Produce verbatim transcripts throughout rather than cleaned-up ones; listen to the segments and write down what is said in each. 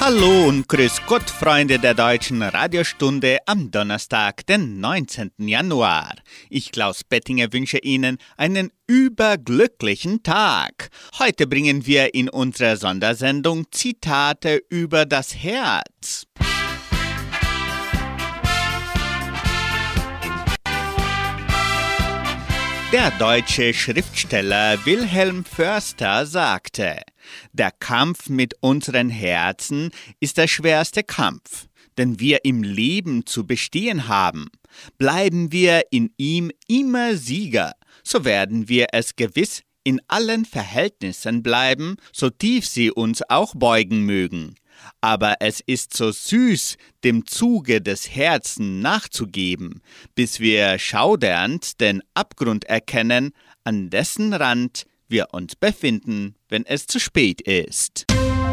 Hallo und grüß Gott, Freunde der Deutschen Radiostunde am Donnerstag, den neunzehnten Januar. Ich, Klaus Bettinger, wünsche Ihnen einen überglücklichen Tag. Heute bringen wir in unserer Sondersendung Zitate über das Herz. Der deutsche Schriftsteller Wilhelm Förster sagte: Der Kampf mit unseren Herzen ist der schwerste Kampf, den wir im Leben zu bestehen haben. Bleiben wir in ihm immer Sieger, so werden wir es gewiss in allen Verhältnissen bleiben, so tief sie uns auch beugen mögen. Aber es ist so süß, dem Zuge des Herzens nachzugeben, bis wir schaudernd den Abgrund erkennen, an dessen Rand wir uns befinden, wenn es zu spät ist.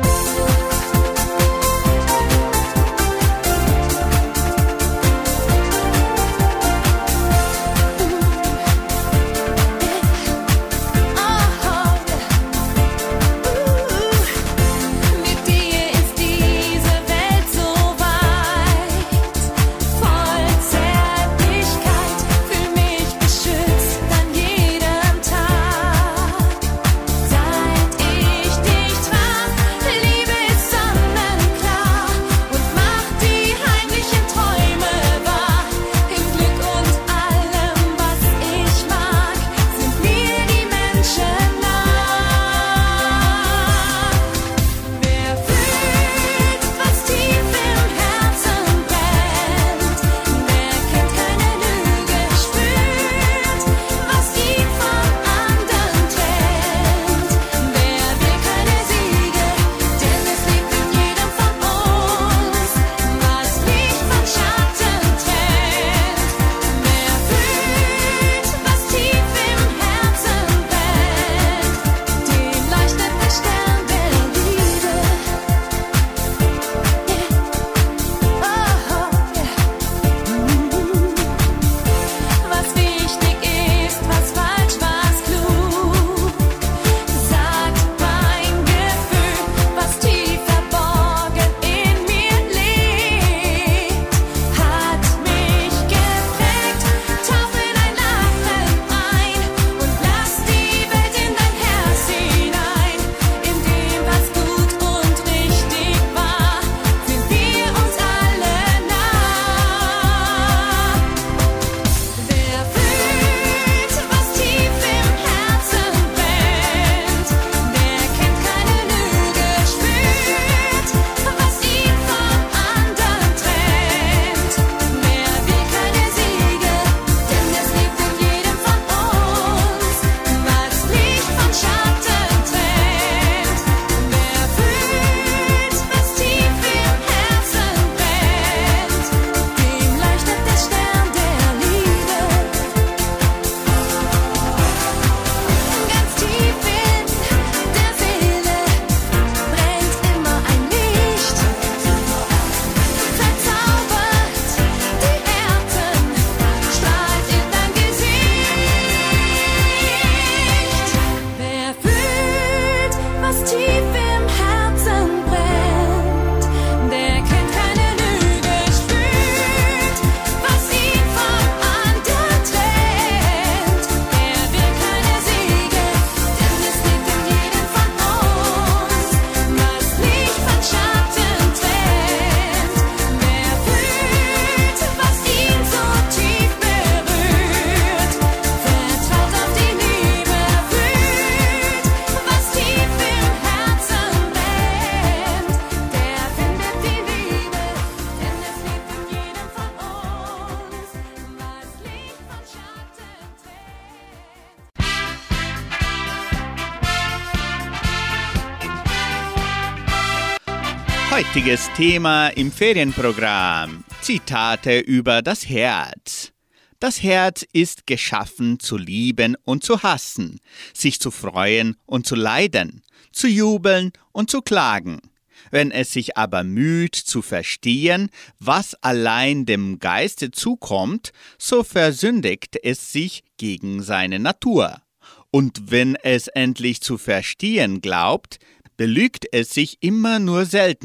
Heutiges Thema im Ferienprogramm: Zitate über das Herz. Das Herz ist geschaffen zu lieben und zu hassen, sich zu freuen und zu leiden, zu jubeln und zu klagen. Wenn es sich aber müht zu verstehen, was allein dem Geiste zukommt, so versündigt es sich gegen seine Natur. Und wenn es endlich zu verstehen glaubt, belügt es sich immer nur selten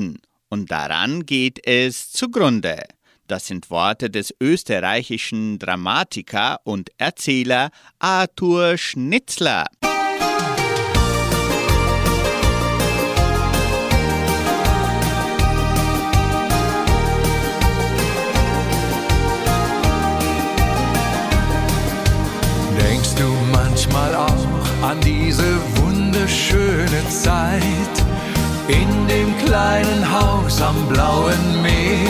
und daran geht es zugrunde. Das sind Worte des österreichischen Dramatiker und Erzähler Arthur Schnitzler. Denkst du manchmal auch an diese wunderschöne Zeit in dem kleinen Haus am blauen Meer?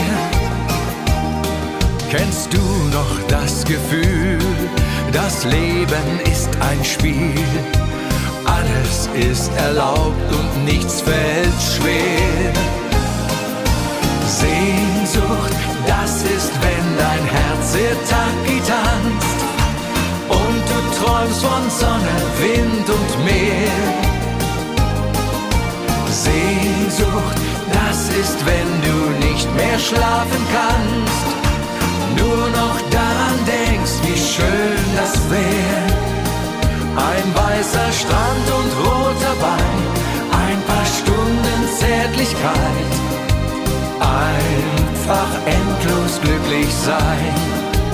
Kennst du noch das Gefühl, das Leben ist ein Spiel, alles ist erlaubt und nichts fällt schwer? Sehnsucht, das ist, wenn dein Herz sehr Taki tanzt und du träumst von Sonne, Wind und Meer. Sehnsucht, das ist, wenn du nicht mehr schlafen kannst, nur noch daran denkst, wie schön das wär. Ein weißer Strand und roter Wein, ein paar Stunden Zärtlichkeit, einfach endlos glücklich sein.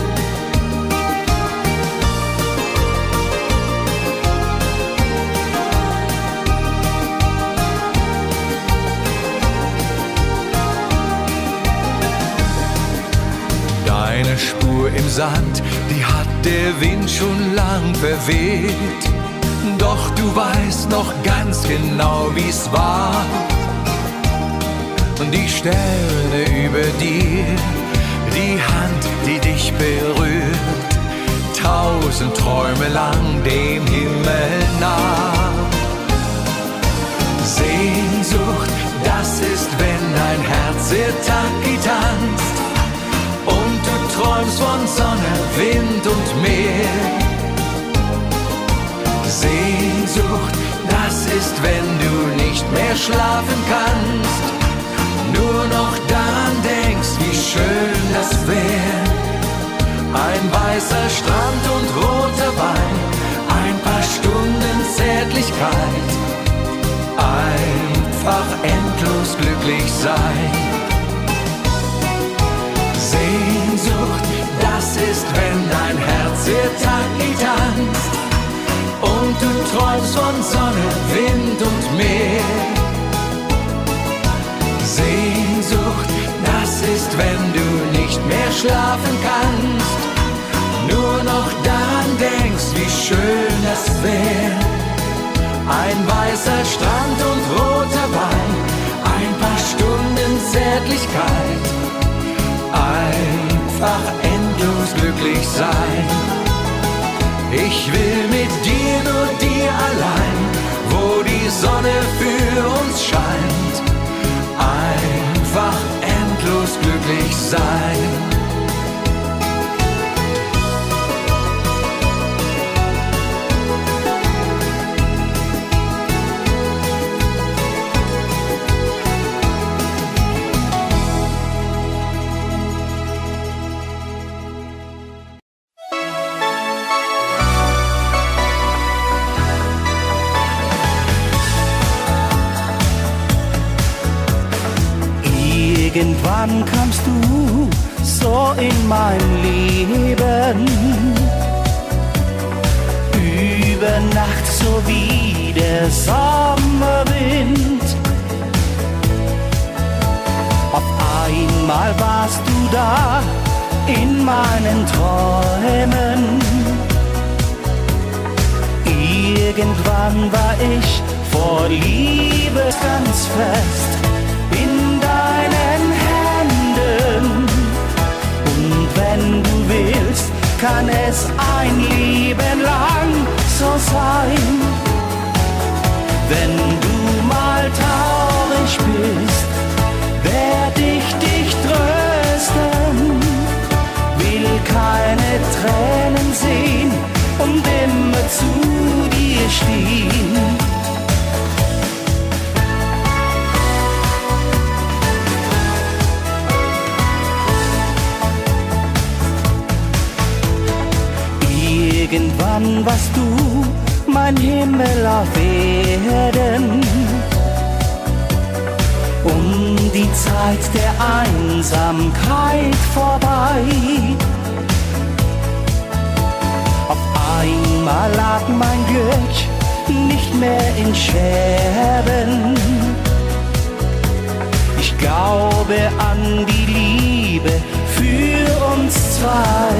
Eine Spur im Sand, die hat der Wind schon lang verweht. Doch du weißt noch ganz genau, wie's war. Und die Sterne über dir, die Hand, die dich berührt, tausend Träume lang dem Himmel nah. Sehnsucht, das ist, wenn dein Herz sehr Taki tanzt und du träumst von Sonne, Wind und Meer. Sehnsucht, das ist, wenn du nicht mehr schlafen kannst, nur noch daran denkst, wie schön das wär. Ein weißer Strand und roter Wein, ein paar Stunden Zärtlichkeit, einfach endlos glücklich sein. Sehnsucht, das ist, wenn dein Herz sehr Taki tanzt und du träumst von Sonne, Wind und Meer. Sehnsucht, das ist, wenn du nicht mehr schlafen kannst, nur noch daran denkst, wie schön das wär. Ein weißer Strand und roter Wein, ein paar Stunden Zärtlichkeit, einfach endlos glücklich sein. Ich will mit dir, nur dir allein, wo die Sonne für uns scheint, einfach endlos glücklich sein. Irgendwann kamst du so in mein Leben, über Nacht so wie der Sommerwind. Auf einmal warst du da in meinen Träumen. Irgendwann war ich vor Liebe ganz fest in deinen Händen. Und wenn du willst, kann es ein Leben lang so sein. Wenn du mal traurig bist, werd ich dich trösten, will keine Tränen sehen und immer zu dir stehen. Irgendwann warst du mein Himmel auf Erden. und die Zeit der Einsamkeit vorbei. Auf einmal lag mein Glück nicht mehr in Scherben. Ich glaube an die Liebe für uns zwei.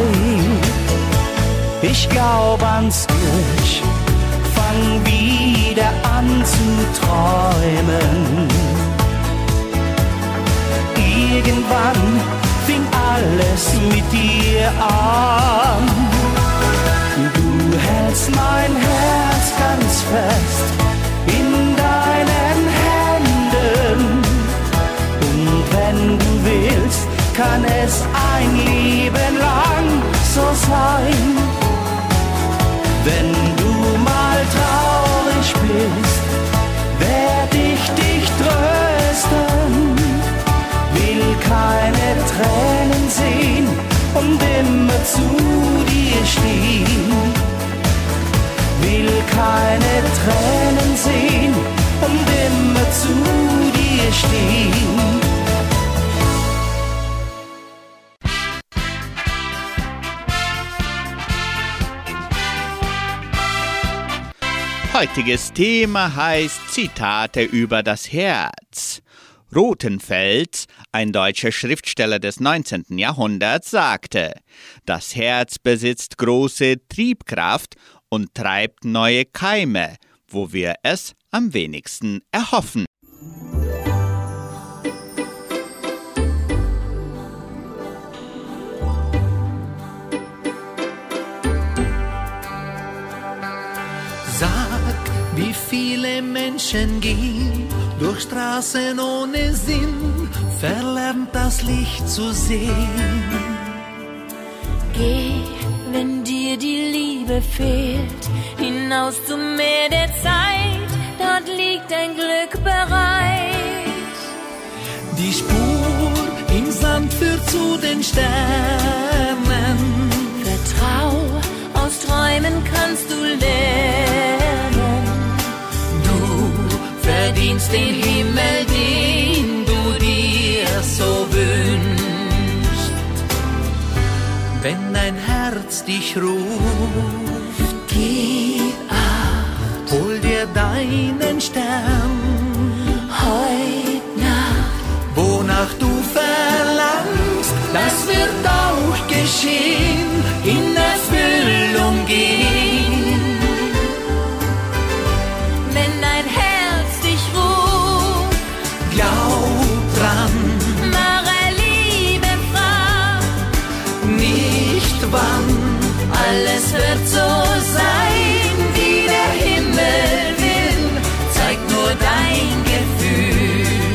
Ich glaube ans Glück, fang wieder an zu träumen. Irgendwann fing alles mit dir an. Du hältst mein Herz ganz fest in deinen Händen. Und wenn du willst, kann es ein Leben lang so sein. Wenn du mal traurig bist, werd ich dich trösten. Will keine Tränen sehen und immer zu dir stehen. Will keine Tränen sehen und immer zu dir stehen. Heutiges Thema heißt Zitate über das Herz. Rothenfels, ein deutscher Schriftsteller des neunzehnten Jahrhunderts, sagte: Das Herz besitzt große Triebkraft und treibt neue Keime, wo wir es am wenigsten erhoffen. Sag, wie viele Menschen gehen durch Straßen ohne Sinn, verlernt das Licht zu sehen. Geh, wenn dir die Liebe fehlt, hinaus zum Meer der Zeit, dort liegt ein Glück bereit. Die Spur im Sand führt zu den Sternen. Vertrau, aus Träumen kannst du lernen. Du verdienst den Himmel, den du dir so wünschst. Wenn dein Herz dich ruft, Gib acht, hol dir deinen Stern. heut Nacht, Wonach du verlangst, das wird auch geschehen, in Erfüllung gehen. wenn dein Herz dich ruft, Glaub dran, mache Liebe fragt, nicht wann, alles wird so sein, wie der Himmel will, zeig nur dein Gefühl.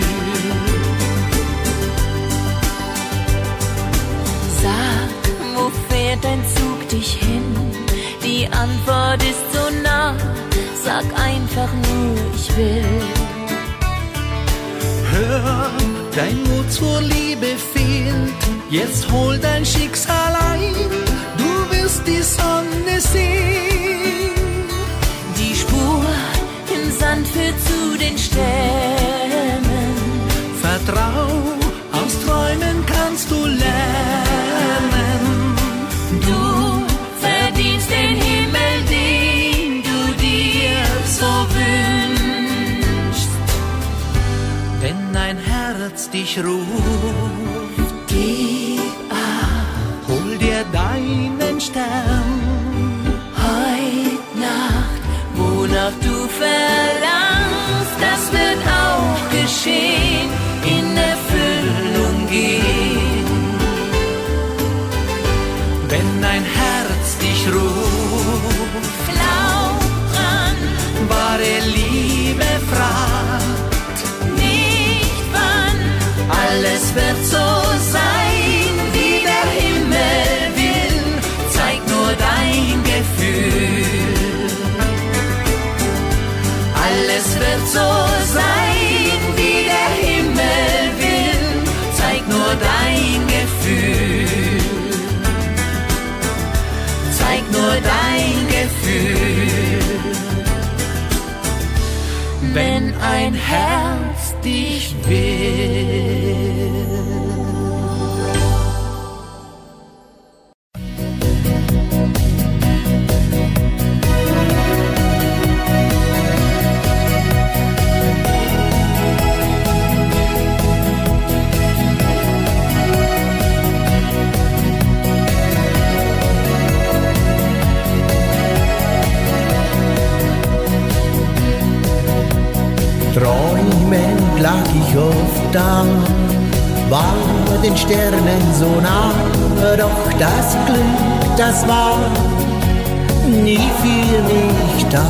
Sag, wo fährt dein Zug dich hin? Die Antwort ist so nah, sag einfach nur, ich will. hör, dein Mut zur Liebe fehlt, jetzt hol dein Schicksal ein, du wirst die Sonne sehen. Die Spur im Sand führt zu den Sternen. Vertrau, aus Träumen kannst du lernen. Du verdienst den Himmel, den du dir so wünschst. Wenn dein Herz dich ruft, Gib acht, hol dir deinen Stern. heut Nacht, wonach du verlangst, das wird auch geschehen, in Erfüllung gehen. Wenn dein Herz dich ruft, Glaub dran, wahre Liebe fragt, nicht wann, alles wird so sein, wie der Himmel will, zeig nur dein Gefühl. Alles wird so sein, wie der Himmel will, zeig nur dein Gefühl. Zeig nur dein Gefühl. wenn ein Herz dich will. Träumend lag ich oft da, war den Sternen so nah, doch das Glück, das war nie für mich da.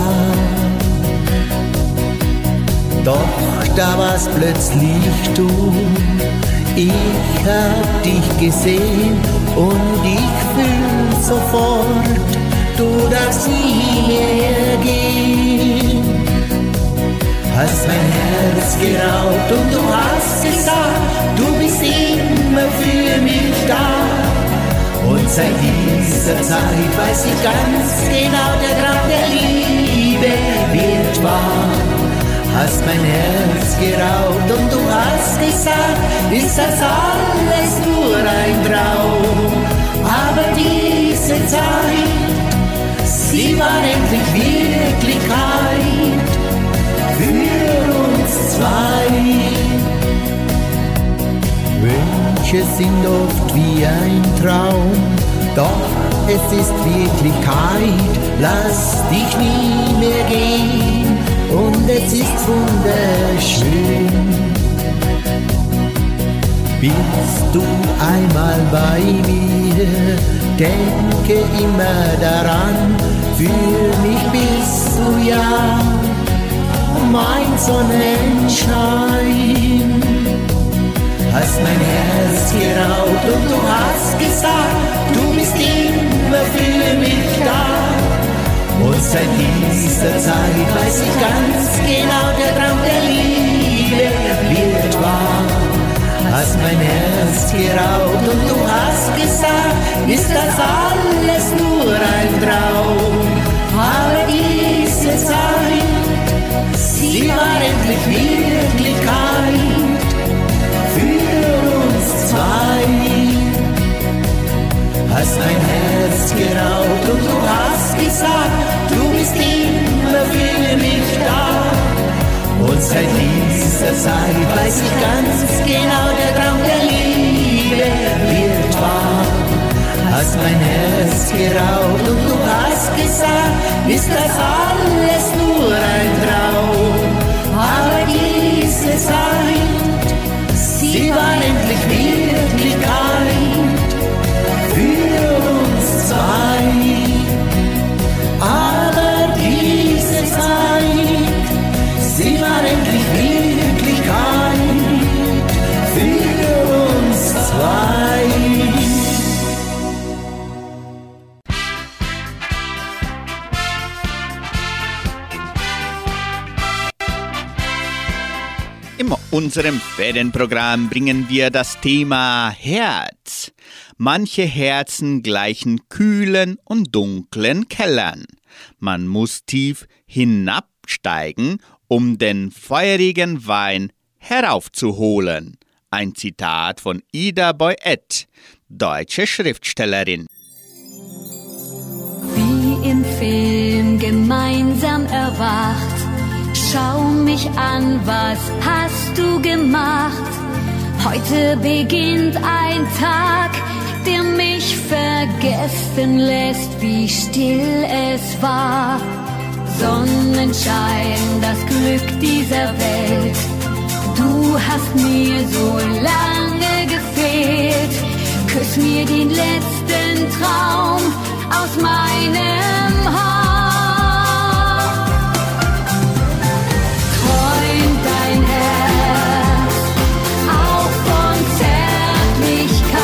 Doch da war's plötzlich du, ich hab dich gesehen und ich fühl sofort, du darfst nie mehr gehen. Hast mein Herz geraubt und du hast gesagt, du bist immer für mich da. Und seit dieser Zeit weiß ich ganz genau, der Traum der Liebe wird wahr. Hast mein Herz geraubt und du hast gesagt, ist das alles nur ein Traum. Aber diese Zeit, sie war endlich Wirklichkeit für uns zwei. Wünsche sind oft wie ein Traum, doch es ist Wirklichkeit. Lass dich nie mehr gehen und es ist wunderschön. Bist du einmal bei mir, denke immer daran, für mich bist du ja mein Sonnenschein. Hast mein Herz geraubt und du hast gesagt, du bist immer für mich da. Und seit dieser Zeit weiß ich ganz genau, der Traum der Liebe wird wahr. Hast mein Herz geraubt und du hast gesagt, ist das alles nur ein Traum. Aber diese Zeit, sie war endlich Wirklichkeit für uns zwei. Hast mein Herz geraubt und du hast gesagt, du bist immer für mich da. Und seit dieser Zeit weiß ich ganz genau, der Traum der Liebe wird wahr. Hast mein Herz geraubt und du hast gesagt, ist das alles nur ein Traum. Aber diese Zeit, sie war endlich Wirklichkeit für uns zwei. Aber diese Zeit, sie war endlich Wirklichkeit für uns zwei. In unserem Ferienprogramm bringen wir das Thema Herz. Manche Herzen gleichen kühlen und dunklen Kellern. Man muss tief hinabsteigen, um den feurigen Wein heraufzuholen. Ein Zitat von Ida Boyett, deutsche Schriftstellerin. Wie im Film gemeinsam erwacht, schau mich an, was hast du gemacht? Heute beginnt ein Tag, der mich vergessen lässt, wie still es war. Sonnenschein, das Glück dieser Welt. Du hast mir so lange gefehlt. Küss mir den letzten Traum aus meinem Haar. Träumt dein Herz auch von Zärtlichkeit,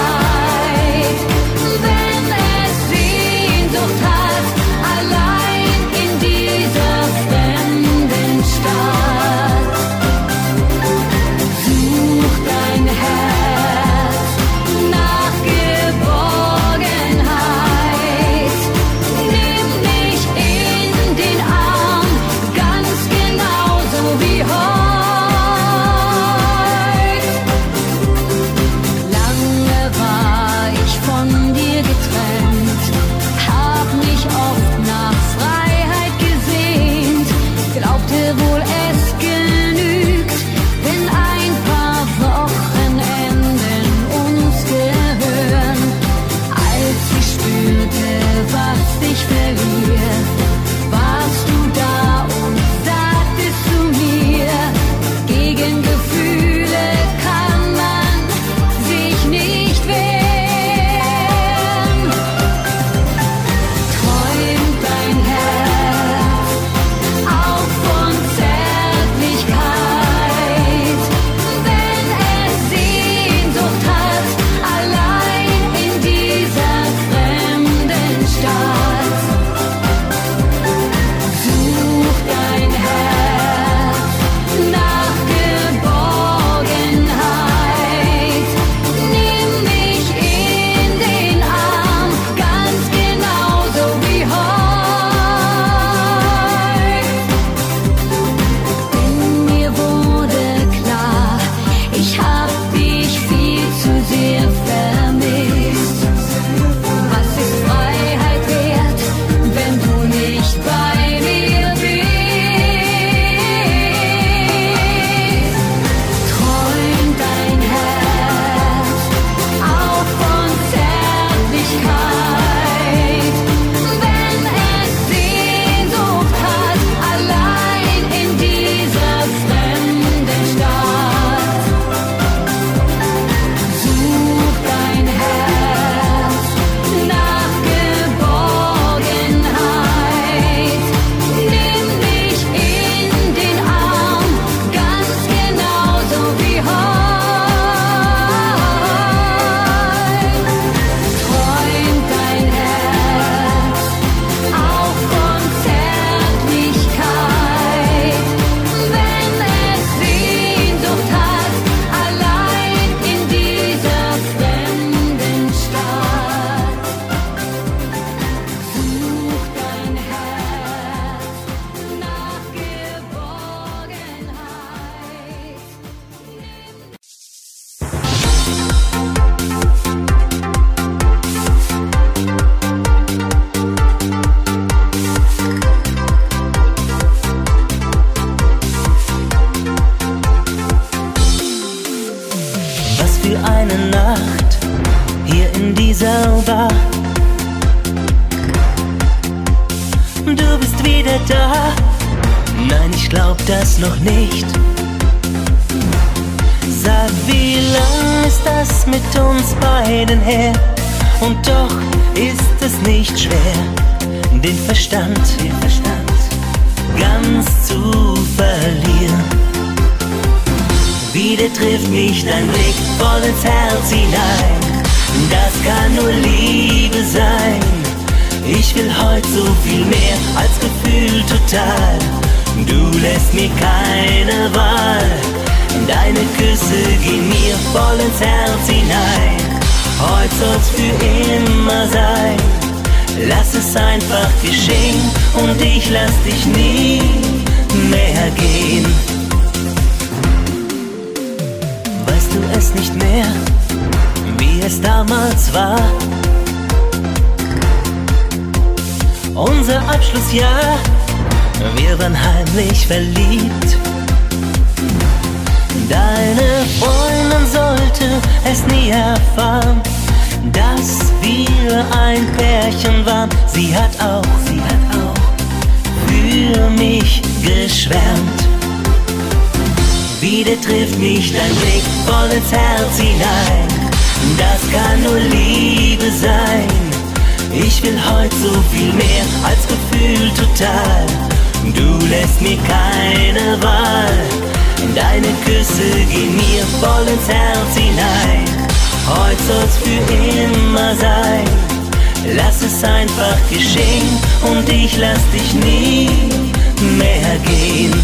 wenn es Sehnsucht hat, allein in dieser fremden Stadt. Such dein Herz nach Geborgenheit. du bist wieder da. Nein, ich glaub das noch nicht. Sag, wie lang ist das mit uns beiden her? Und doch ist es nicht schwer, den Verstand, den Verstand ganz zu verlieren. Wieder trifft mich dein Blick voll ins Herz hinein. Das kann nur Liebe sein. Ich will heute so viel mehr als Gefühl total. Du lässt mir keine Wahl. Deine Küsse gehen mir voll ins Herz hinein. Heute soll's für immer sein. Lass es einfach geschehen und ich lass dich nie mehr gehen. Weißt du es nicht mehr, wie es damals war? Unser Abschlussjahr, wir waren heimlich verliebt. Deine Freundin sollte es nie erfahren, dass wir ein Pärchen waren. Sie hat auch, sie hat auch für mich geschwärmt. Wieder trifft mich dein Blick voll ins Herz hinein. Das kann nur Liebe sein. Ich will heute so viel mehr als Gefühl total. Du lässt mir keine Wahl. Deine Küsse gehen mir voll ins Herz hinein. Heute soll's für immer sein. Lass es einfach geschehen und ich lass dich nie mehr gehen.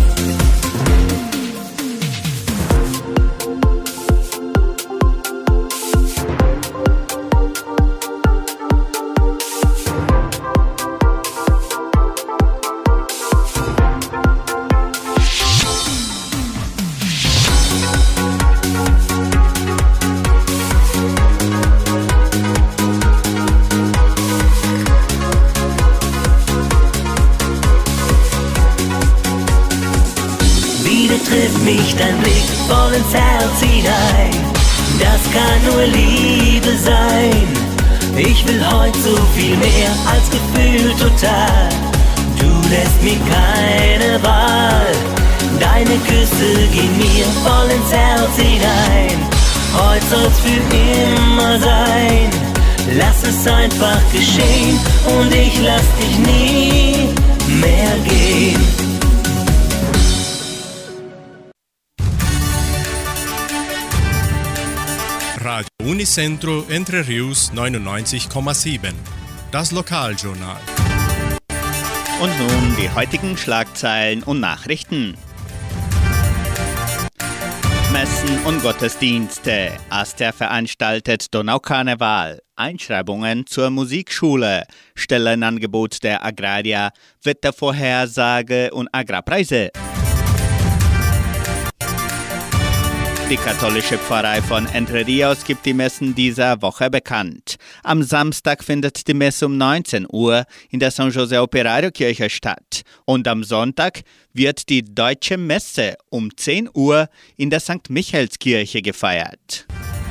Trifft mich dein Blick voll ins Herz hinein. Das kann nur Liebe sein. Ich will heute so viel mehr als Gefühl total. Du lässt mir keine Wahl. Deine Küsse gehen mir voll ins Herz hinein. Heute soll's für immer sein. Lass es einfach geschehen und ich lass dich nie mehr gehen. Radio Unicentro Entre Rius neunundneunzig Komma sieben. Das Lokaljournal. Und nun die heutigen Schlagzeilen und Nachrichten. Messen und Gottesdienste. Aster veranstaltet Donaukarneval. Einschreibungen zur Musikschule. Stellenangebot der Agraria. Wettervorhersage und Agrarpreise. Die katholische Pfarrei von Entre Rios gibt die Messen dieser Woche bekannt. Am Samstag findet die Messe um neunzehn Uhr in der San José Operario Kirche statt. Und am Sonntag wird die Deutsche Messe um zehn Uhr in der Sankt Michaelskirche gefeiert.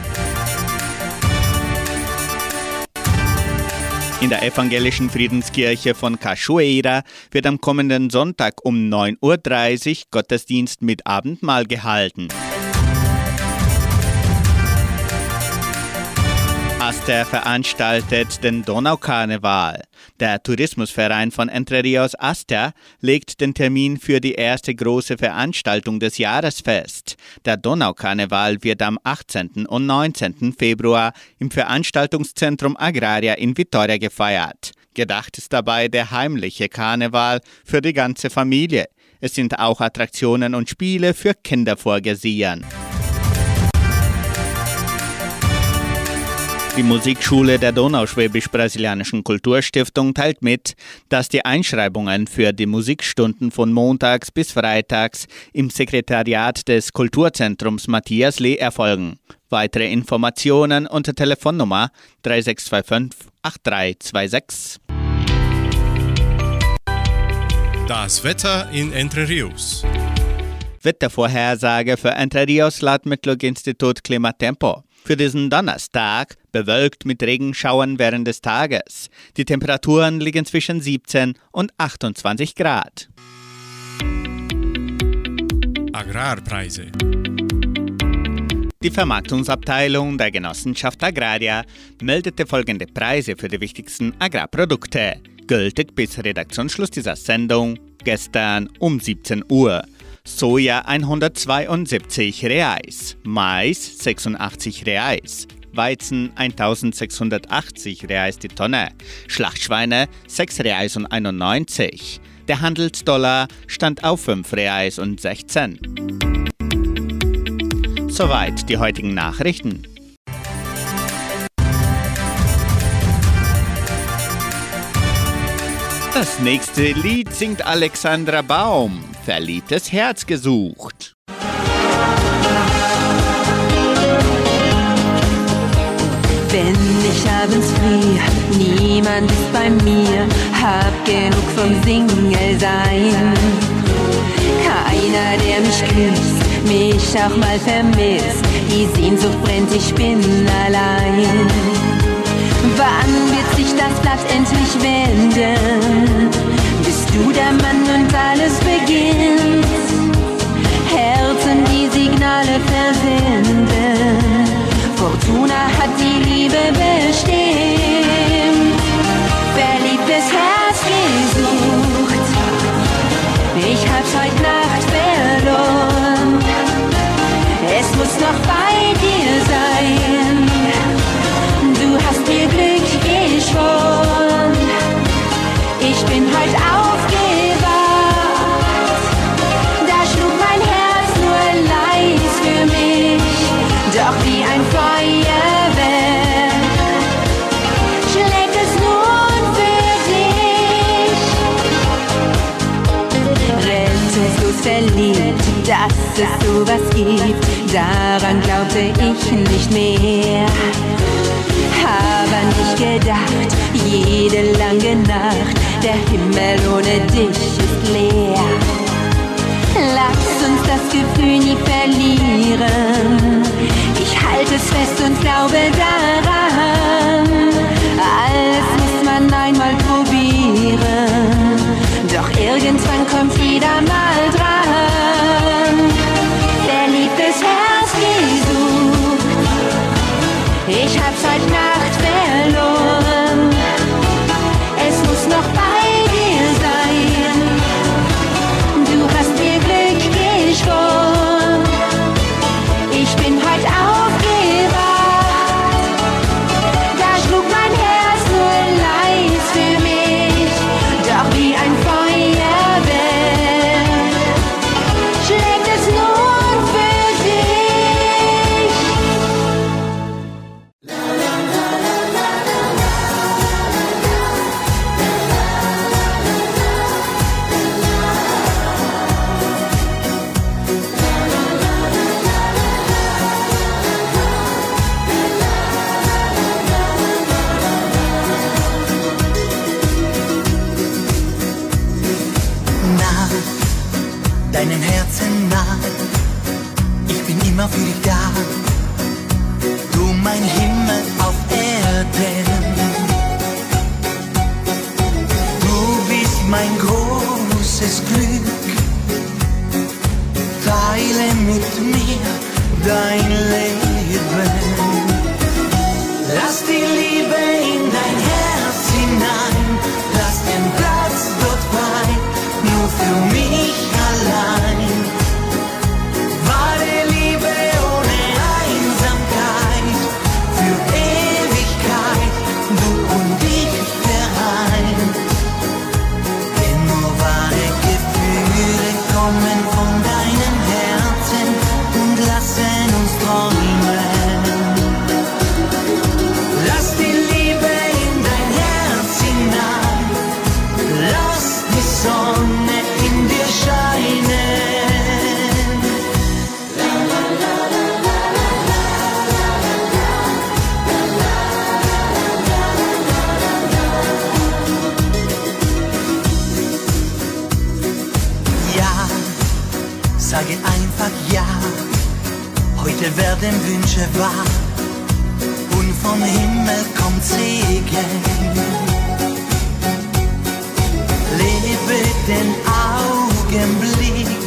In der evangelischen Friedenskirche von Cachoeira wird am kommenden Sonntag um neun Uhr dreißig Gottesdienst mit Abendmahl gehalten. Aster veranstaltet den Donaukarneval. Der Tourismusverein von Entre Rios Aster legt den Termin für die erste große Veranstaltung des Jahres fest. Der Donaukarneval wird am achtzehnten und neunzehnten Februar im Veranstaltungszentrum Agraria in Vitoria gefeiert. Gedacht ist dabei der heimliche Karneval für die ganze Familie. Es sind auch Attraktionen und Spiele für Kinder vorgesehen. Die Musikschule der Donauschwäbisch-Brasilianischen Kulturstiftung teilt mit, dass die Einschreibungen für die Musikstunden von montags bis freitags im Sekretariat des Kulturzentrums Matthias Lee erfolgen. Weitere Informationen unter Telefonnummer drei sechs zwei fünf acht drei zwei sechs. Das Wetter in Entre Rios. Wettervorhersage für Entre Rios laut Metlog-Institut Klimatempo. Für diesen Donnerstag bewölkt mit Regenschauern während des Tages. Die Temperaturen liegen zwischen siebzehn und achtundzwanzig Grad. Agrarpreise. Die Vermarktungsabteilung der Genossenschaft Agraria meldete folgende Preise für die wichtigsten Agrarprodukte, gültig bis Redaktionsschluss dieser Sendung gestern um siebzehn Uhr. Soja hundertzweiundsiebzig Reais, Mais sechsundachtzig Reais, Weizen eintausendsechshundertachtzig Reais die Tonne, Schlachtschweine sechs Reais und einundneunzig. Der Handelsdollar stand auf fünf Reais und sechzehn. Soweit die heutigen Nachrichten. Das nächste Lied singt Alexandra Baum, Verliebtes Herz gesucht. Wenn ich abends früh, niemand ist bei mir, hab genug vom Single-Sein. Keiner, der mich küsst, mich auch mal vermisst, die Sehnsucht brennt, ich bin allein. Wann wird sich das Blatt endlich wenden? Bist du der Mann und alles beginnt? Herzen, die Signale versenden, Fortuna hat die Liebe bestimmt. Verliebtes Herz gesucht, ich hab's heute Nacht verloren. Es muss noch bei dir sein, du hast mir Glück geschworen. Ich bin heute aufgewacht, da schlug mein Herz nur leis für mich, doch wie ein Feuerwerk schlägt es nun für dich. Rentungslos verliebt, dass es sowas gibt, daran glaubte ich nicht mehr. Habe nicht gedacht, jede lange Nacht, der Himmel ohne dich ist leer. Lass uns das Gefühl nie verlieren, ich halte es fest und glaube daran. Alles muss man einmal probieren, doch irgendwann kommt jeder mal dran. Verliebtes Herz gesucht, ich hab's heute Nacht verloren. Es muss noch bei dir sein, du hast mir Glück geschworen. Ich bin heute aufgewacht, da schlug mein Herz nur leis für mich, doch wie ein Feuerwerk schlägt es nun für dich. Nah, deinem Herzen nah, ich bin immer für dich da. Du mein Himmel auf Erden, du bist mein großes Glück. Teile mit mir dein Leben, lass die Liebe in dein Herz hinein, lass den Platz dort frei, nur für mich allein. Wahre Liebe ohne Einsamkeit, für Ewigkeit, du und ich vereint. Denn nur wahre Gefühle kommen von deinem Herzen und lassen uns träumen. Lass die Liebe in dein Herz hinein, lass die Sonne in dir scheinen. Ja, sage einfach ja, heute werden Wünsche wahr. vom Himmel kommt Segen. Lebe den Augenblick,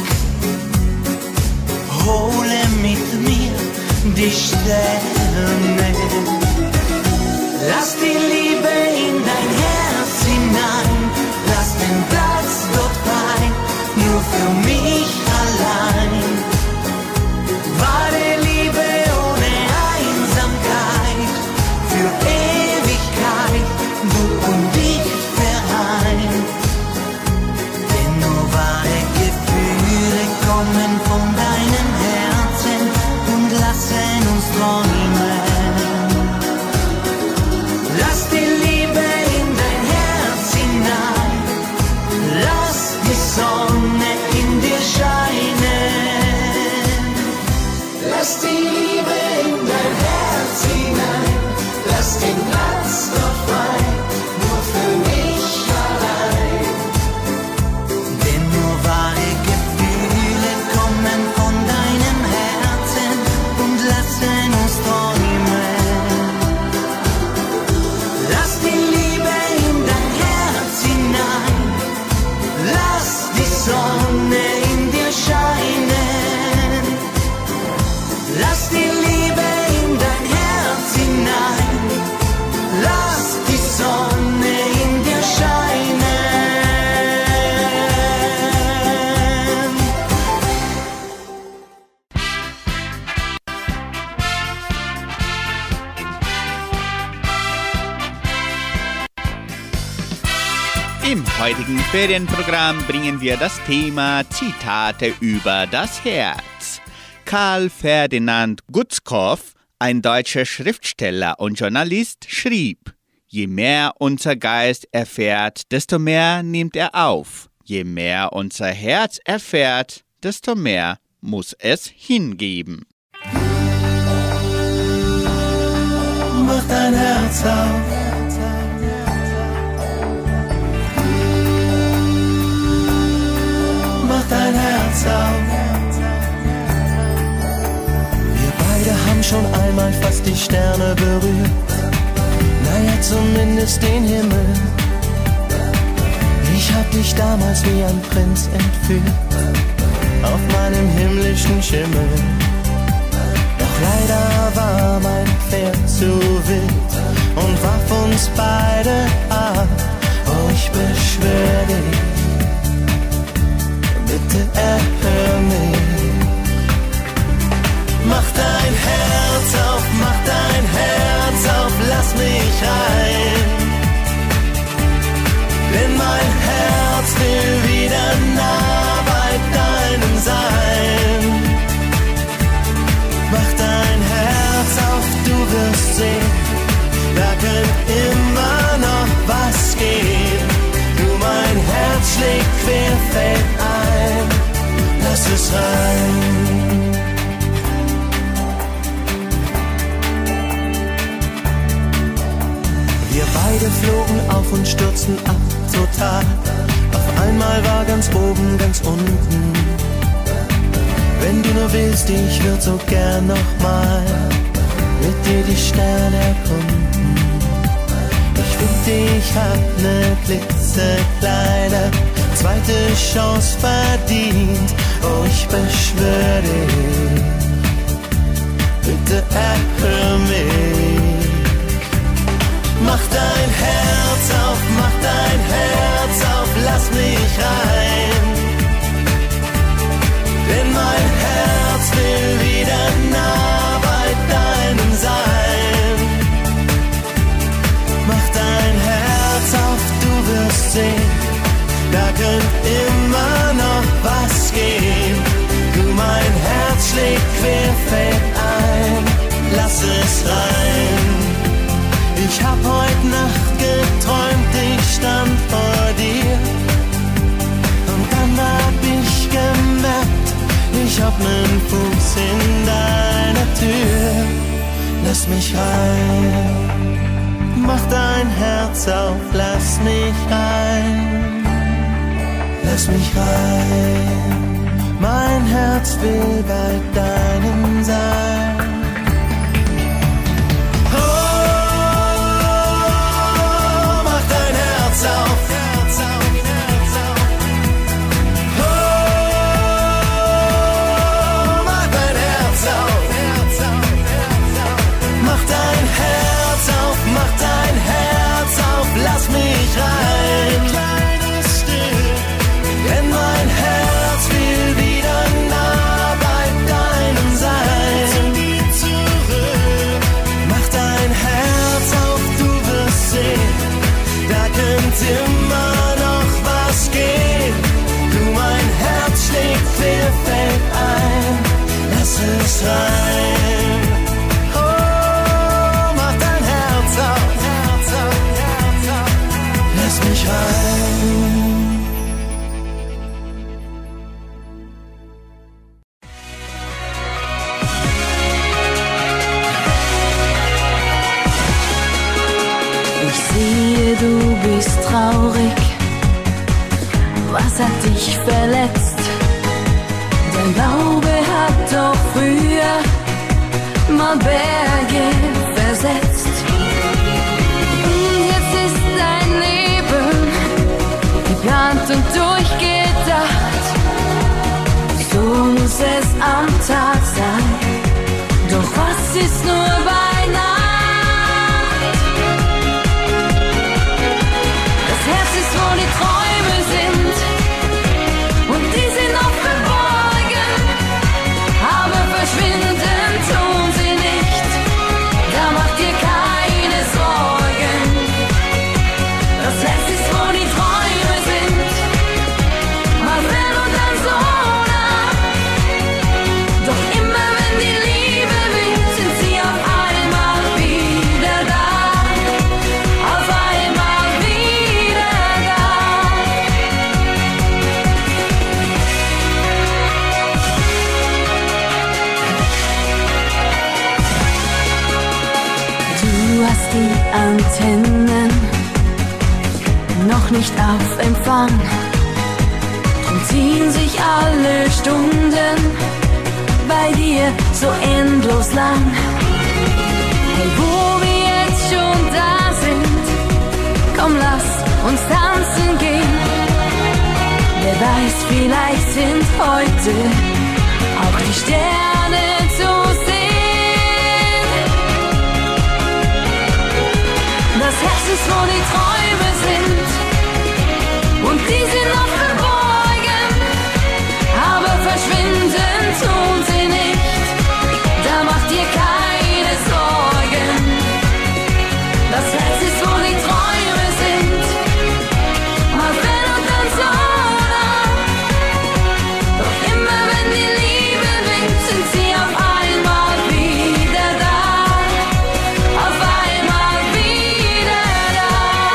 hole mit mir die Sterne. Lass die Liebe in dein Herz hinein, lass den Platz dort frei, nur für mich allein. Wahre Liebe ohne Einsamkeit, für Ewigkeit, du und ich vereint. Denn nur wahre Gefühle kommen von deinem Herzen und lassen uns träumen. Lass die Liebe in dein Herz hinein, lass die Sonne in dir scheinen. Lass die Liebe in dein Herz hinein, lass den Platz dort frei, nur für mich allein. Denn nur wahre Gefühle kommen von deinem Herzen und lassen uns träumen. Lass die Liebe in dein Herz hinein, lass die Sonne in dir scheinen. Lass die Liebe in dein Herz hinein, lass die Sonne in dir scheinen. Im heutigen Ferienprogramm bringen wir das Thema Zitate über das Herz. Karl Ferdinand Gutzkow, ein deutscher Schriftsteller und Journalist, schrieb: Je mehr unser Geist erfährt, desto mehr nimmt er auf. Je mehr unser Herz erfährt, desto mehr muss es hingeben. Mach dein Herz auf. Mach dein Herz auf. Wir beide haben schon einmal fast die Sterne berührt. Naja, zumindest den Himmel. Ich hab dich damals wie ein Prinz entführt, auf meinem himmlischen Schimmel. Doch leider war mein Pferd zu wild und warf uns beide ab. Oh, ich beschwör dich, bitte erhör mich. Mach dein Herz auf, mach dein Herz auf, lass mich rein. Denn mein Herz will wieder nah bei deinem sein. Mach dein Herz auf, du wirst sehen, da könnte immer noch was gehen. Du, mein Herz schlägt querfeld ein, lass es rein. Wir beide flogen auf und stürzten ab, total. Auf einmal war ganz oben, ganz unten. Wenn du nur willst, ich würd so gern nochmal mit dir die Sterne erkunden. Ich find, ich hab ne klitzekleine zweite Chance verdient. Oh, ich beschwör dich, bitte erhör mich. Mach dein Herz auf, mach dein Herz auf, lass mich rein. Denn mein Herz will wieder nah bei deinem sein. Mach dein Herz auf, du wirst sehen, da könnte immer noch was gehen. Du, mein Herz schlägt querfeld ein, lass es rein. Ich hab heut Nacht geträumt, ich stand vor dir. Und dann hab ich gemerkt, ich hab nen Fuß in deiner Tür. Lass mich rein. Mach dein Herz auf, lass mich rein. Lass mich rein. Mein Herz will bei deinem sein. Oh, Was hat dich verletzt? Dein Glaube hat doch früher mal Berge versetzt. Jetzt ist dein Leben geplant und durchgedacht. So muss es am Tag sein. Doch was ist nur bei Nacht? Das Herz ist, wo die Träume sind, und die sind oft verborgen, aber verschwinden tun sie nicht. Da macht dir keine Sorgen. Das Herz ist, wo die Träume sind, mal fern und dann so nah. Doch immer wenn die Liebe winkt, sind sie auf einmal wieder da. Auf einmal wieder da. Du hast die Antennen noch nicht auf Empfang. Drum ziehen sich alle Stunden bei dir so endlos lang. Hey, wo wir jetzt schon da sind, komm, lass uns tanzen gehen. Wer weiß, vielleicht sind heute auch die Sterne zu sehen. Das Herz ist, wo die Träume sind, und die sind noch verborgen, aber verschwinden tun sie nicht. Da macht dir keine Sorgen. Das Herz ist, wo die Träume sind, mal fern und dann so nah. Doch immer wenn die Liebe winkt, sind sie auf einmal wieder da. Auf einmal wieder da.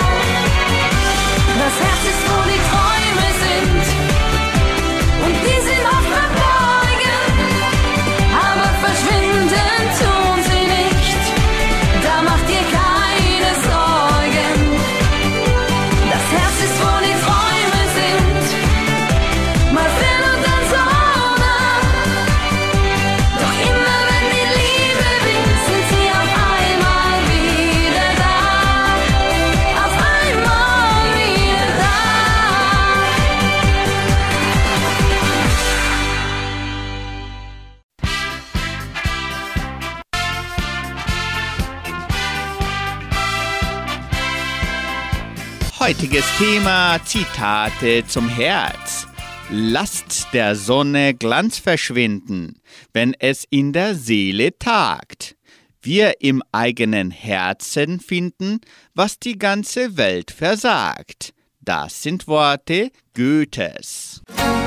Das Herz ist, wo die Träume sind, und die sind oft verborgen, aber verschwinden tun sie nicht. Da macht dir keine Sorgen. Das Herz ist, wo die Träume sind, mal fern und dann so nah. Doch immer wenn die Liebe winkt, sind sie auf einmal wieder da. Auf einmal wieder da. Heutiges Thema: Zitate zum Herz. Lasst der Sonne Glanz verschwinden, wenn es in der Seele tagt. Wir im eigenen Herzen finden, was die ganze Welt versagt. Das sind Worte Goethes.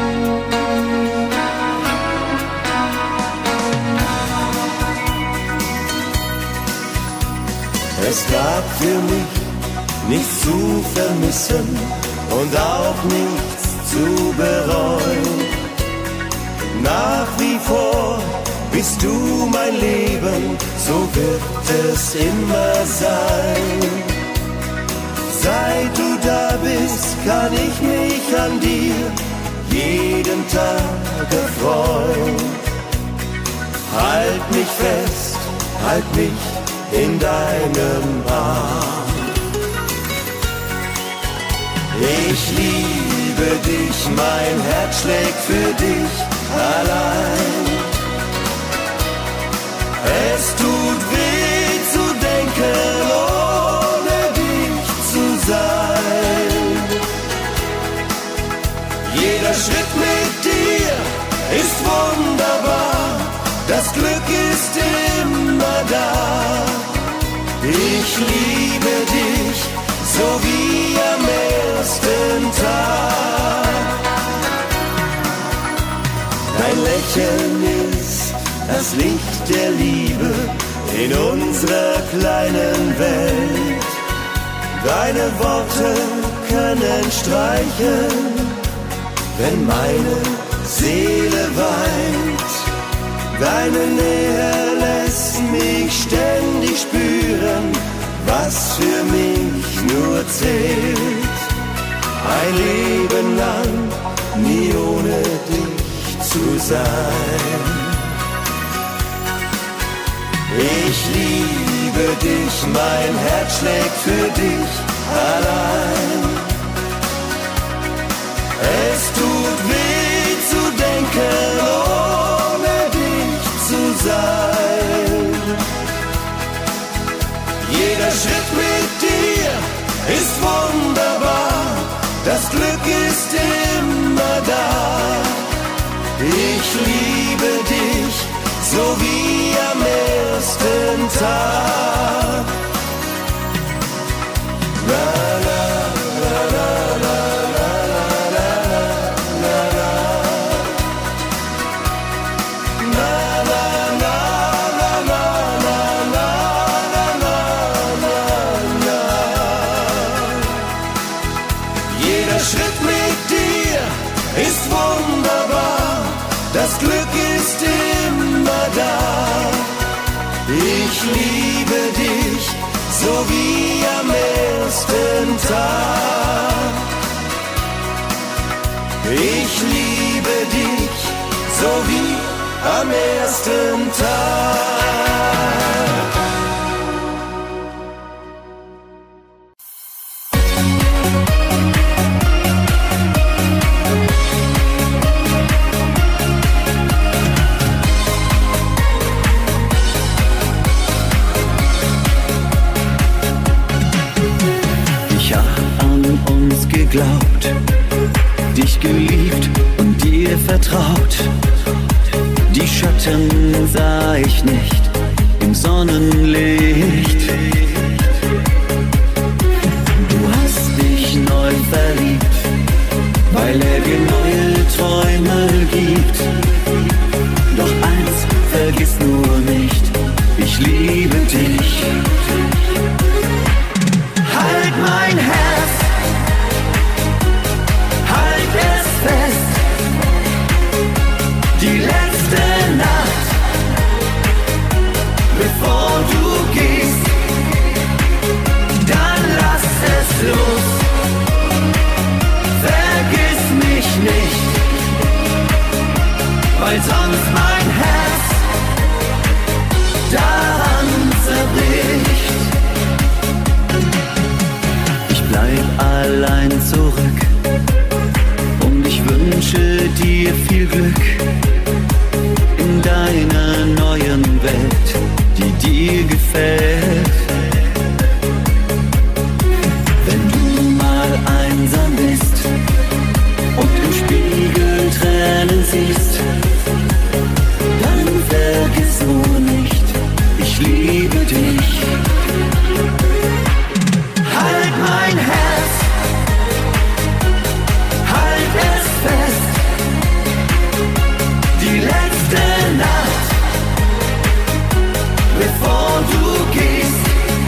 Es gab für mich nichts zu vermissen und auch nichts zu bereuen. Nach wie vor bist du mein Leben, so wird es immer sein. Seit du da bist, kann ich mich an dir jeden Tag erfreuen. Halt mich fest, halt mich in deinem Arm. Ich liebe dich, mein Herz schlägt für dich allein. Es tut weh zu denken, ohne dich zu sein. Jeder Schritt mit dir ist wunderbar, das Glück ist immer da. Ich liebe dich, so wie am ersten Tag. Dein Lächeln ist das Licht der Liebe in unserer kleinen Welt. Deine Worte können streicheln, wenn meine Seele weint. Deine Nähe lässt mich ständig spüren, was für mich nur zählt. ein Leben lang nie ohne dich zu sein. Ich liebe dich, mein Herz schlägt für dich allein. Es tut weh zu denken, ohne dich zu sein. Jeder Schritt mit dir ist wunderbar, das Glück ist immer da. Ich liebe dich, so wie am ersten Tag. La, la, la, la, la, la, la, la, la, la. La, la, la, la, la, la, la, la, la. Jeder Schritt mit dir ist wunderbar, das Glück ist immer da. Ich liebe dich, so wie am ersten Tag. Ich liebe dich, so wie am ersten Tag. Geglaubt, dich geliebt und dir vertraut. Die Schatten sah ich nicht im Sonnenlicht. Du hast dich neu verliebt, weil er dir neue Träume gibt. Doch eins vergiss nur nicht, ich liebe dich. Halt mein Herz, halt es fest, die letzte Nacht, bevor du gehst, dann lass es los, vergiss mich nicht, weil sonst mein Herz daran zerbricht. Ich bleib allein zurück und ich wünsche dir viel Glück in deiner neuen Welt, die dir gefällt. Wenn du mal einsam bist und im Spiegel Tränen siehst, dann vergiss nur nicht, ich liebe dich. Halt mein Herz, halt es fest, die letzte Nacht, bevor du gehst,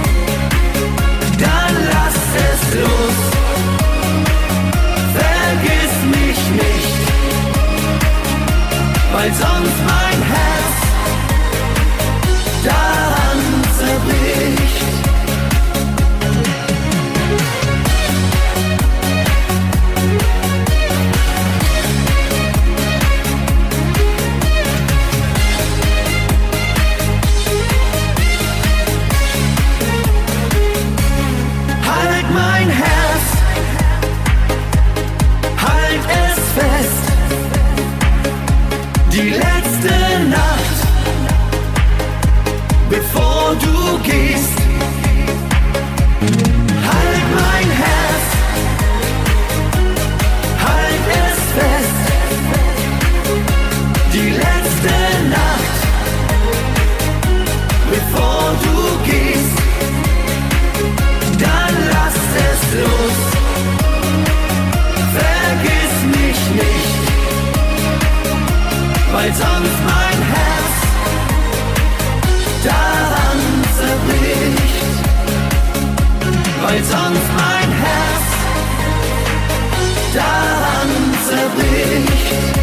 dann lass es los, vergiss mich nicht, weil sonst mein Herz daran zerbricht. Die letzte Nacht, bevor du gehst, halt mein Herz, halt es fest. Die letzte Nacht, bevor du gehst, dann lass es los, vergiss mich nicht, weil sonst mein Herz daran zerbricht, weil sonst mein Herz daran zerbricht.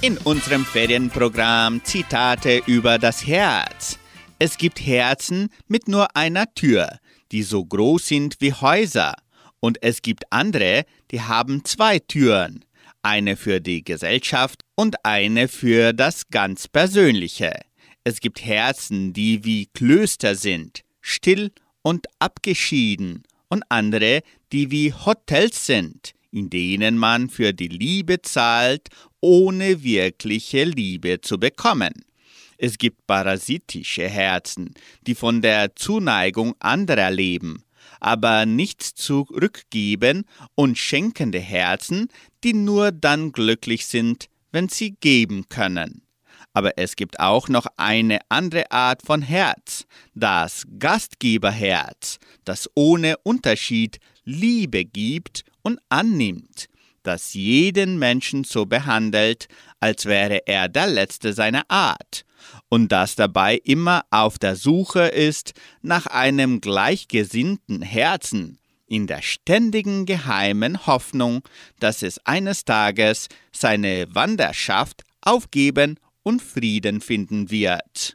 In unserem Ferienprogramm Zitate über das Herz. Es gibt Herzen mit nur einer Tür, die so groß sind wie Häuser. Und es gibt andere, die haben zwei Türen. Eine für die Gesellschaft und eine für das ganz Persönliche. Es gibt Herzen, die wie Klöster sind, still und abgeschieden. Und andere, die wie Hotels sind, in denen man für die Liebe zahlt, ohne wirkliche Liebe zu bekommen. Es gibt parasitische Herzen, die von der Zuneigung anderer leben, aber nichts zurückgeben, und schenkende Herzen, die nur dann glücklich sind, wenn sie geben können. Aber es gibt auch noch eine andere Art von Herz, das Gastgeberherz, das ohne Unterschied Liebe gibt und annimmt, das jeden Menschen so behandelt, als wäre er der Letzte seiner Art, und das dabei immer auf der Suche ist nach einem gleichgesinnten Herzen, in der ständigen geheimen Hoffnung, dass es eines Tages seine Wanderschaft aufgeben und Frieden finden wird.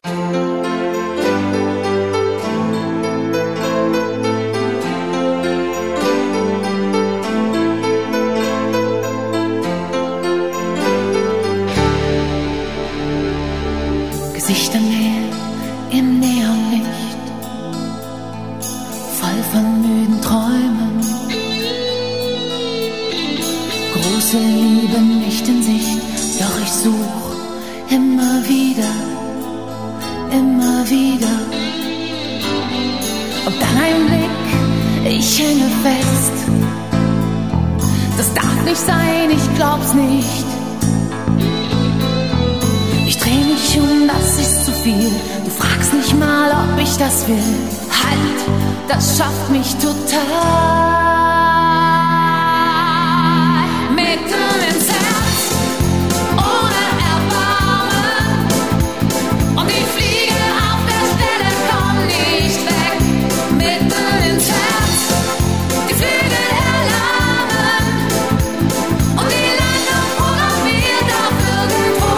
Gesichter mehr im Neonlicht, voll von müden Träumen. Große Liebe nicht in Sicht, doch ich such immer wieder, immer wieder. Und dann ein Blick, ich hänge fest. Das darf nicht sein, ich glaub's nicht. Ich dreh mich um, das ist zu viel. Du fragst nicht mal, ob ich das will. Halt, das schafft mich total. Mitten ins Herz, ohne Erbarmen. Und die Fliege auf der Stelle kommt nicht weg. Mitten ins Herz, die Flügel erlahmen. Und die Landung programmiert auf irgendwo.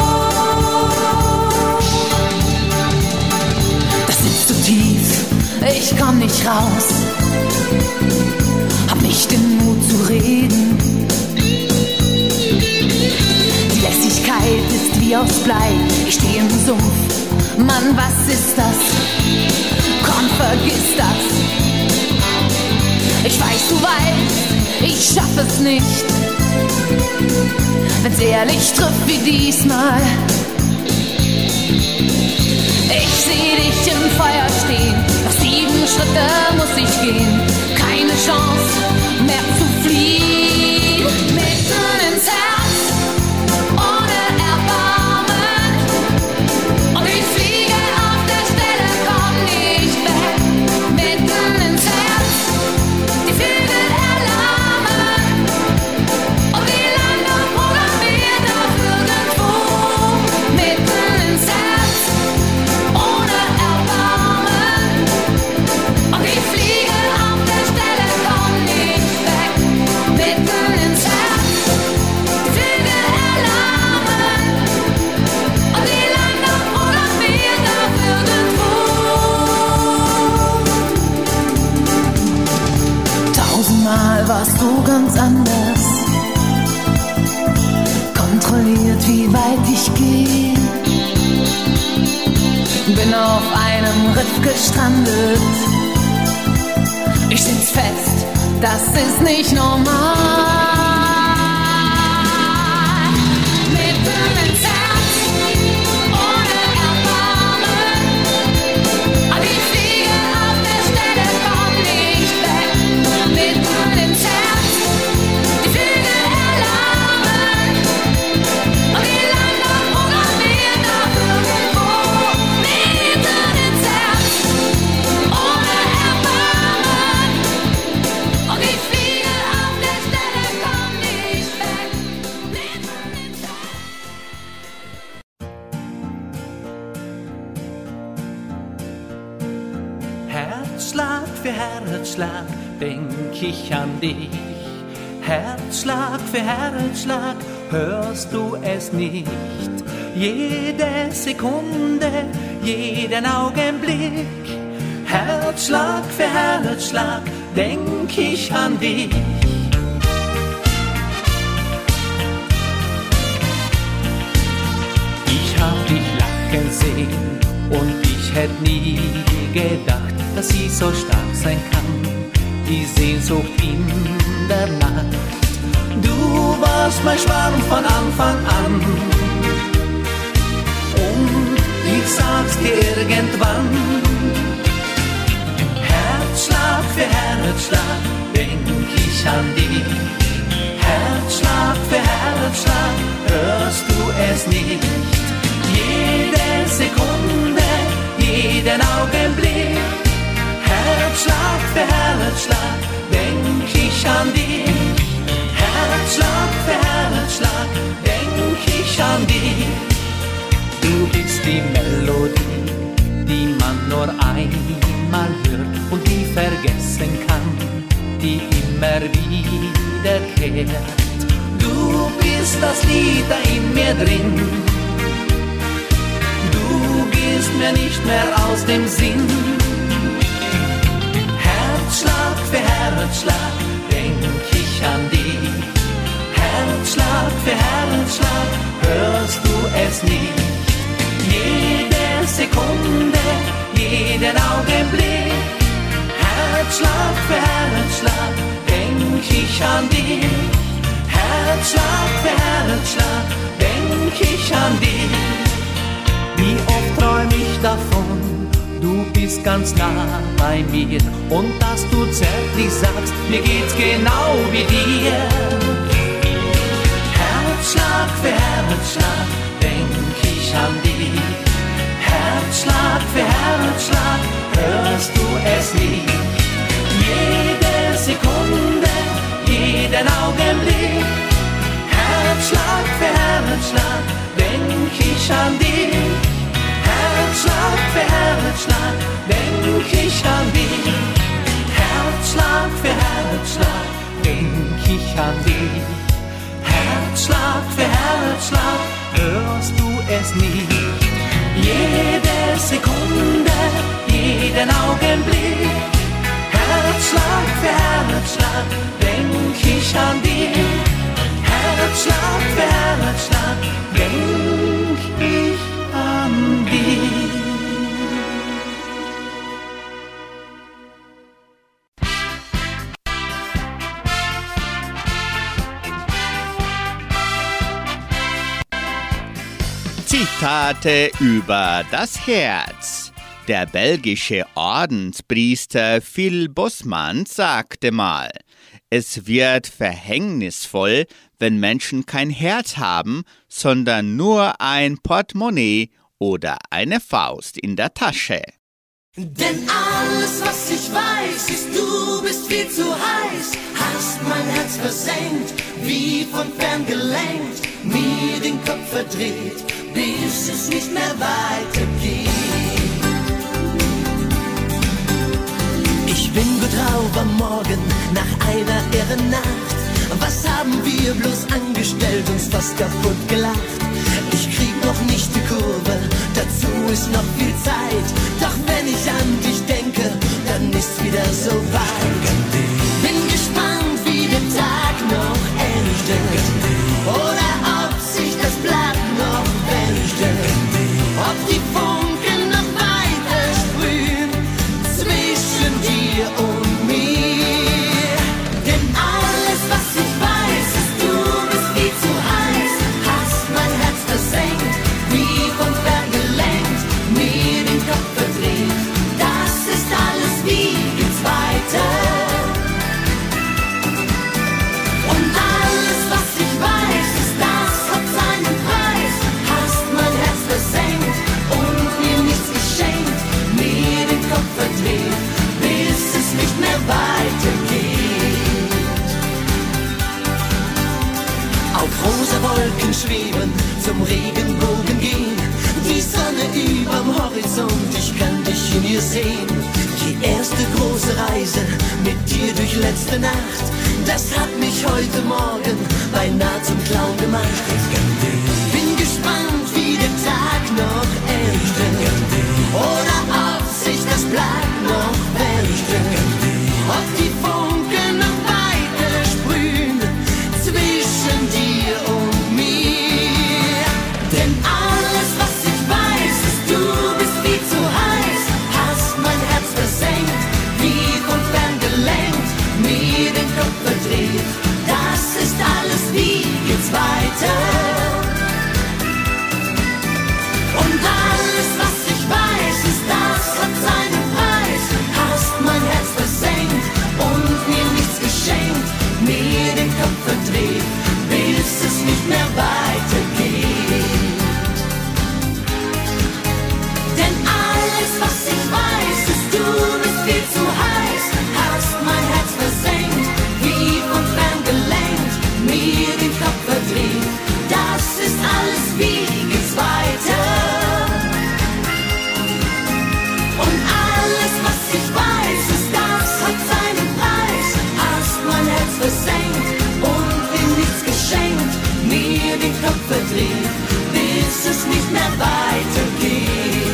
Ich komm nicht raus, hab nicht den Mut zu reden. Die Lässigkeit ist wie aus Blei, ich steh im Sumpf. Mann, was ist das? Komm, vergiss das. Ich weiß, du weißt, ich schaff es nicht. Wenn's ehrlich trifft wie diesmal. Ich seh dich im Feuer stehen, noch sieben Schritte muss ich gehen. Keine Chance mehr zu fliehen. Mitten ins Herz, ohne Erbarmen. Und die Fliege auf der Stelle kommt nicht weg. Mitten ins Herz, die Flügel erlahmen. Und die Landung programmiert auf irgendwo. Mitten ins Herz, ohne Erbarmen. Und die Fliege auf der Stelle kommt nicht weg. Mitten ins Herz, die Flügel erlahmen. Und die Landung programmiert auf irgendwo. Tausendmal warst du ganz anders. Kontrolliert, wie weit ich gehe. Bin auf einem Riff gestrandet. Ich sitz fest, das ist nicht normal. Mitten ins Herz, ohne Erbarmen. Aber die Fliege auf der Stelle kommt nicht weg. Mitten ins Herz, die Flügel erlahmen. Und die Landung programmiert auf irgendwo. Mitten ins Herz, ohne Erbarmen. Und die Fliege auf der Stelle kommt nicht weg. Mitten ins Herz. Herzschlag für Herzschlag denk ich an dich. Herzschlag für Herzschlag hörst du es nicht? Jede Sekunde, jeden Augenblick, Herzschlag für Herzschlag, denk ich an dich. Ich hab dich lachen sehen und ich hätte nie gedacht, dass sie so stark sein kann, die Sehnsucht in der Nacht. Du warst mein Schwarm von Anfang an und ich sag's dir irgendwann. Herzschlag für Herzschlag, denk ich an dich. Herzschlag für Herzschlag, hörst du es nicht? Jede Sekunde, jeden Augenblick, Herzschlag für Herzschlag, denk ich an dich. Herzschlag für Herzschlag, denk ich an dich. Du bist die Melodie, die man nur einmal hört und die vergessen kann, die immer wiederkehrt. Du bist das Lied da in mir drin, du gehst mir nicht mehr aus dem Sinn. Herzschlag für Herzschlag, denk ich an dich. Herzschlag für Herzschlag, hörst du es nicht? Jede Sekunde, jeden Augenblick, Herzschlag für Herzschlag, denk ich an dich. Herzschlag für Herzschlag, denk ich an dich. Wie oft träum ich davon, du bist ganz nah bei mir und dass du zärtlich sagst, mir geht's genau wie dir. Herzschlag für Herzschlag, denk ich an dich. Herzschlag für Herzschlag, hörst du es nicht? Jede Sekunde, jeden Augenblick, Herzschlag für Herzschlag, denk ich an dich. Herzschlag für Herzschlag, denk ich an dich. Herzschlag für Herzschlag, denk ich an dich. Herzschlag für Herzschlag, hörst du es nicht? Jede Sekunde, jeden Augenblick, Herzschlag für Herzschlag, denk ich an dich. Herzschlag für Herzschlag, denk ich an dich. Zitate über das Herz. Der belgische Ordenspriester Phil Bosman sagte mal, es wird verhängnisvoll, wenn Menschen kein Herz haben, sondern nur ein Portemonnaie oder eine Faust in der Tasche. Denn alles, was ich weiß, ist, du bist viel zu heiß, hast mein Herz versenkt, wie von fern gelenkt, mir den Kopf verdreht, bis es nicht mehr weitergeht. Ich bin gut drauf am Morgen, nach einer irren Nacht. Was haben wir bloß angestellt, uns fast kaputt gelacht. Ich krieg noch nicht die Kurve, dazu ist noch viel Zeit. Doch wenn ich an dich denke, dann ist's wieder so weit. Bin gespannt, wie der Tag noch endet, oder ob sich das Blatt noch wendet, ob die Funken noch weiter sprühen zwischen dir und mir. Denn alles, was ich weiß, ist, du bist viel zu heiß, hast mein Herz versenkt, wie von fern gelenkt, mir den Kopf verdreht. Das ist alles, wie geht's weiter? Und alles, was ich weiß, ist, das hat seinen Preis, hast mein Herz versenkt und mir nichts geschenkt, mir den Kopf verdreht, bis es nicht mehr weitergeht. Auf rosa Wolken schweben, zum Regenbogen gehen, die Sonne überm Horizont, ich kann dich in ihr sehen. Die erste große Reise mit dir durch letzte Nacht, das hat mich heute Morgen beinahe zum Clown gemacht. Bin gespannt, wie der Tag noch endet oder ob sich das Blatt noch wendet, ob die Funken noch weiter sprühen zwischen dir und mir. Denn alles, was ich weiß, ist, du bist viel zu heiß, hast mein Herz versenkt, wie von fern gelenkt, mir den Kopf verdreht. Das ist alles, wie geht's weiter? Und alles, was ich weiß, ist, das hat seinen Preis. Hast mein Herz versenkt und mir nichts geschenkt, mir den Kopf verdreht, bis es nicht mehr weitergeht. Denn alles, was ich weiß, ist, du bist viel zu heiß, hast mein Herz versenkt, wie von fern gelenkt, mir den Kopf verdreht. Das ist alles, wie geht's weiter? Und alles, was ich weiß, ist, das hat seinen Preis. Hast mein Herz versenkt und ihm nichts geschenkt, mir den Kopf verdreht, bis es nicht mehr weitergeht.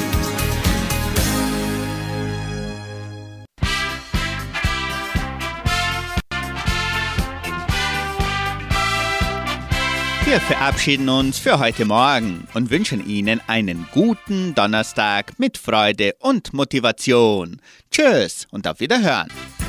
Wir verabschieden uns für heute Morgen und wünschen Ihnen einen guten Donnerstag mit Freude und Motivation. Tschüss und auf Wiederhören.